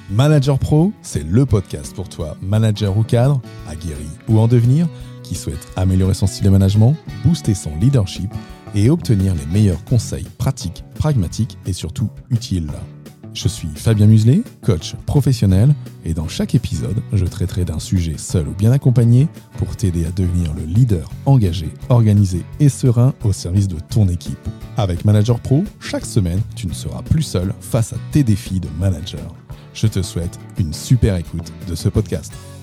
Manager Pro, c'est le podcast pour toi, manager ou cadre, aguerri ou en devenir, qui souhaite améliorer son style de management, booster son leadership et obtenir les meilleurs conseils pratiques, pragmatiques et surtout utiles. Je suis Fabien Muselet, coach professionnel, et dans chaque épisode, je traiterai d'un sujet seul ou bien accompagné pour t'aider à devenir le leader engagé, organisé et serein au service de ton équipe. Avec Manager Pro, chaque semaine, tu ne seras plus seul face à tes défis de manager. Je te souhaite une super écoute de ce podcast.